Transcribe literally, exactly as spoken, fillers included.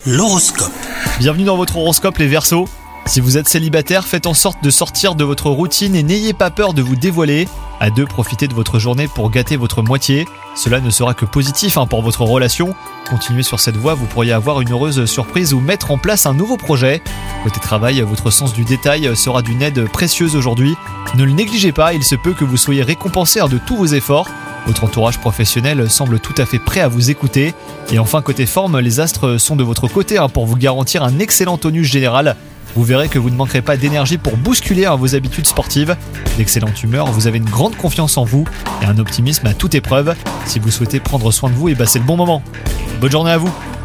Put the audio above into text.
L'horoscope. Bienvenue dans votre horoscope les Verseaux. Si vous êtes célibataire, faites en sorte de sortir de votre routine et n'ayez pas peur de vous dévoiler. À deux, profitez de votre journée pour gâter votre moitié. Cela ne sera que positif hein, pour votre relation. Continuez sur cette voie, vous pourriez avoir une heureuse surprise ou mettre en place un nouveau projet. Côté travail, votre sens du détail sera d'une aide précieuse aujourd'hui. Ne le négligez pas, il se peut que vous soyez récompensé hein, de tous vos efforts. Votre entourage professionnel semble tout à fait prêt à vous écouter. Et enfin, côté forme, les astres sont de votre côté hein, pour vous garantir un excellent tonus général. Vous verrez que vous ne manquerez pas d'énergie pour bousculer hein, vos habitudes sportives. D'excellente humeur, vous avez une grande confiance en vous et un optimisme à toute épreuve. Si vous souhaitez prendre soin de vous, et bah c'est le bon moment. Bonne journée à vous.